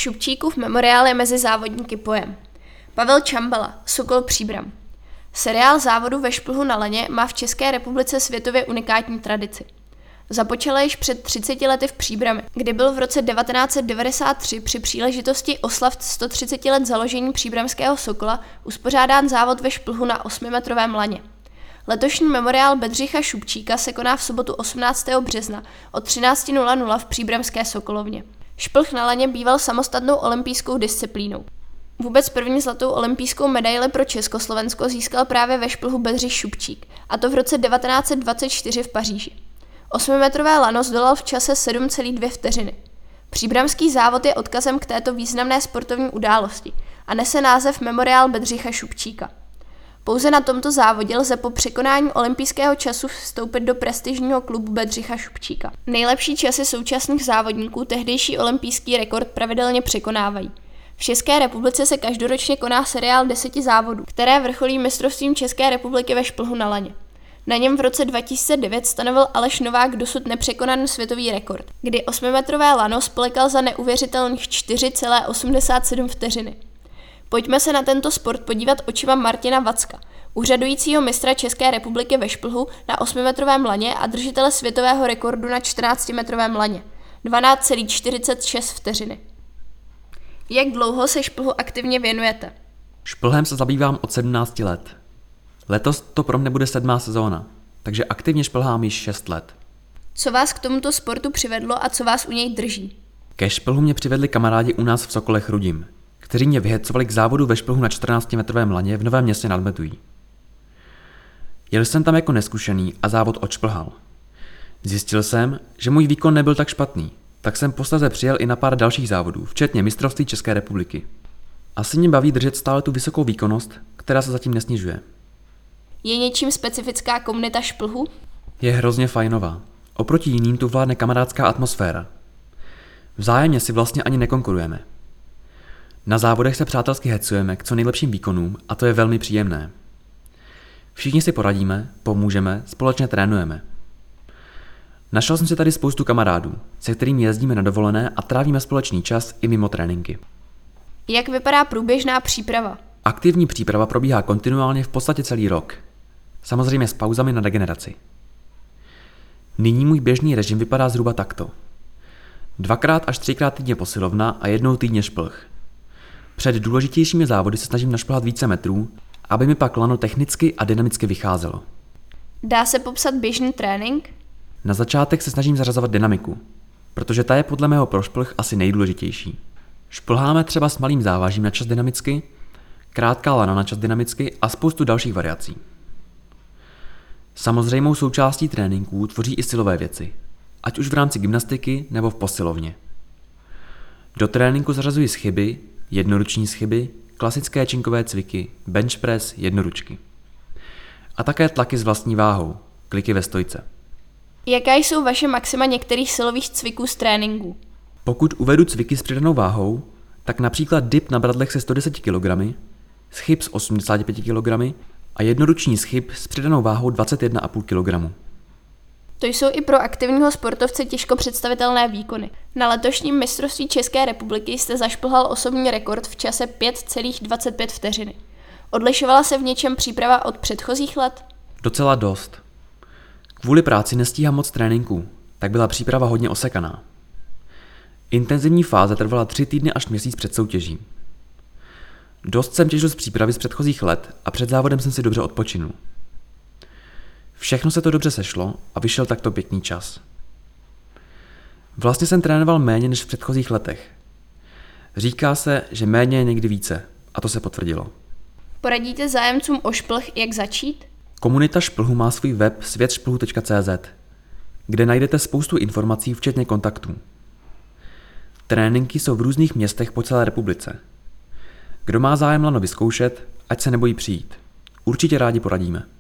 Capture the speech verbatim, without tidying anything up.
Šupčíkův memoriál je mezi závodníky pojem. Pavel Čambala, Sokol Příbram. Seriál závodu ve šplhu na laně má v České republice světově unikátní tradici. Započala již před třiceti lety v Příbrami, kdy byl v roce devatenáct set devadesát tři při příležitosti oslav sto třicet let založení příbramského Sokola uspořádán závod ve šplhu na osmimetrovém laně. Letošní memoriál Bedřicha Šupčíka se koná v sobotu osmnáctého března od třináct nula nula v příbramské Sokolovně. Šplh na laně býval samostatnou olympijskou disciplínou. Vůbec první zlatou olympijskou medaili pro Československo získal právě ve šplhu Bedřich Šupčík, a to v roce devatenáct set dvacet čtyři v Paříži. Osmimetrové lano zdolal v čase sedm celá dvě vteřiny. Příbramský závod je odkazem k této významné sportovní události a nese název Memoriál Bedřicha Šupčíka. Pouze na tomto závodě lze po překonání olympijského času vstoupit do prestižního klubu Bedřicha Šupčíka. Nejlepší časy současných závodníků tehdejší olympijský rekord pravidelně překonávají. V České republice se každoročně koná seriál deseti závodů, které vrcholí mistrovstvím České republiky ve šplhu na laně. Na něm v roce dva tisíce devět stanovil Aleš Novák dosud nepřekonaný světový rekord, kdy osmimetrové lano spolekal za neuvěřitelných čtyři celá osmdesát sedm vteřiny. Pojďme se na tento sport podívat očima Martina Vacka, úřadujícího mistra České republiky ve šplhu na osmimetrovém laně a držitele světového rekordu na čtrnáctimetrovém laně, dvanáct celá čtyřicet šest vteřiny. Jak dlouho se šplhu aktivně věnujete? Šplhem se zabývám od sedmnácti let. Letos to pro mě bude sedmá sezóna, takže aktivně šplhám již šest let. Co vás k tomuto sportu přivedlo a co vás u něj drží? Ke šplhu mě přivedli kamarádi u nás v Sokolech Rudim, kteří mě vyhecovali k závodu ve šplhu na čtrnáctimetrovém laně v Novém Městě nad Metují. Jel jsem tam jako neskušený a závod odšplhal. Zjistil jsem, že můj výkon nebyl tak špatný, tak jsem posléze přijel i na pár dalších závodů, včetně mistrovství České republiky. Asi mě baví držet stále tu vysokou výkonnost, která se zatím nesnižuje. Je něčím specifická komunita šplhu? Je hrozně fajnová. Oproti jiným tu vládne kamarádská atmosféra. Vzájemně si vlastně ani nekonkurujeme. Na závodech se přátelsky hecujeme k co nejlepším výkonům a to je velmi příjemné. Všichni si poradíme, pomůžeme, společně trénujeme. Našel jsem si tady spoustu kamarádů, se kterými jezdíme na dovolené a trávíme společný čas i mimo tréninky. Jak vypadá průběžná příprava? Aktivní příprava probíhá kontinuálně v podstatě celý rok. Samozřejmě s pauzami na degeneraci. Nyní můj běžný režim vypadá zhruba takto. Dvakrát až třikrát týdně posilovna a jednou týdně šplh. Před důležitějšími závody se snažím našplhat více metrů, aby mi pak lano technicky a dynamicky vycházelo. Dá se popsat běžný trénink? Na začátek se snažím zařazovat dynamiku, protože ta je podle mého pro šplh asi nejdůležitější. Šplháme třeba s malým závažím na čas dynamicky, krátká lana na čas dynamicky a spoustu dalších variací. Samozřejmou součástí tréninků tvoří i silové věci, ať už v rámci gymnastiky nebo v posilovně. Do tréninku zařazuji schyby, jednoruční schyby, klasické činkové cviky, bench press, jednoručky. A také tlaky s vlastní váhou, kliky ve stojce. Jaká jsou vaše maxima některých silových cviků z tréninku? Pokud uvedu cviky s přidanou váhou, tak například dip na bradlech se sto deset kilogramů, schyb s osmdesáti pěti kilogramů a jednoruční schyb s přidanou váhou dvacet jedna celá pět kilogramů. To jsou i pro aktivního sportovce těžko představitelné výkony. Na letošním mistrovství České republiky jste zašplhal osobní rekord v čase pět celá dvacet pět vteřiny. Odlišovala se v něčem příprava od předchozích let? Docela dost. Kvůli práci nestíhám moc tréninků, tak byla příprava hodně osekaná. Intenzivní fáze trvala tři týdny až měsíc před soutěží. Dost jsem těžil z přípravy z předchozích let a před závodem jsem si dobře odpočinul. Všechno se to dobře sešlo a vyšel takto pěkný čas. Vlastně jsem trénoval méně než v předchozích letech. Říká se, že méně je někdy více, a to se potvrdilo. Poradíte zájemcům o šplh, jak začít? Komunita šplhu má svůj web svět šplhu tečka cé zet, kde najdete spoustu informací, včetně kontaktů. Tréninky jsou v různých městech po celé republice. Kdo má zájem lano vyzkoušet, ať se nebojí přijít. Určitě rádi poradíme.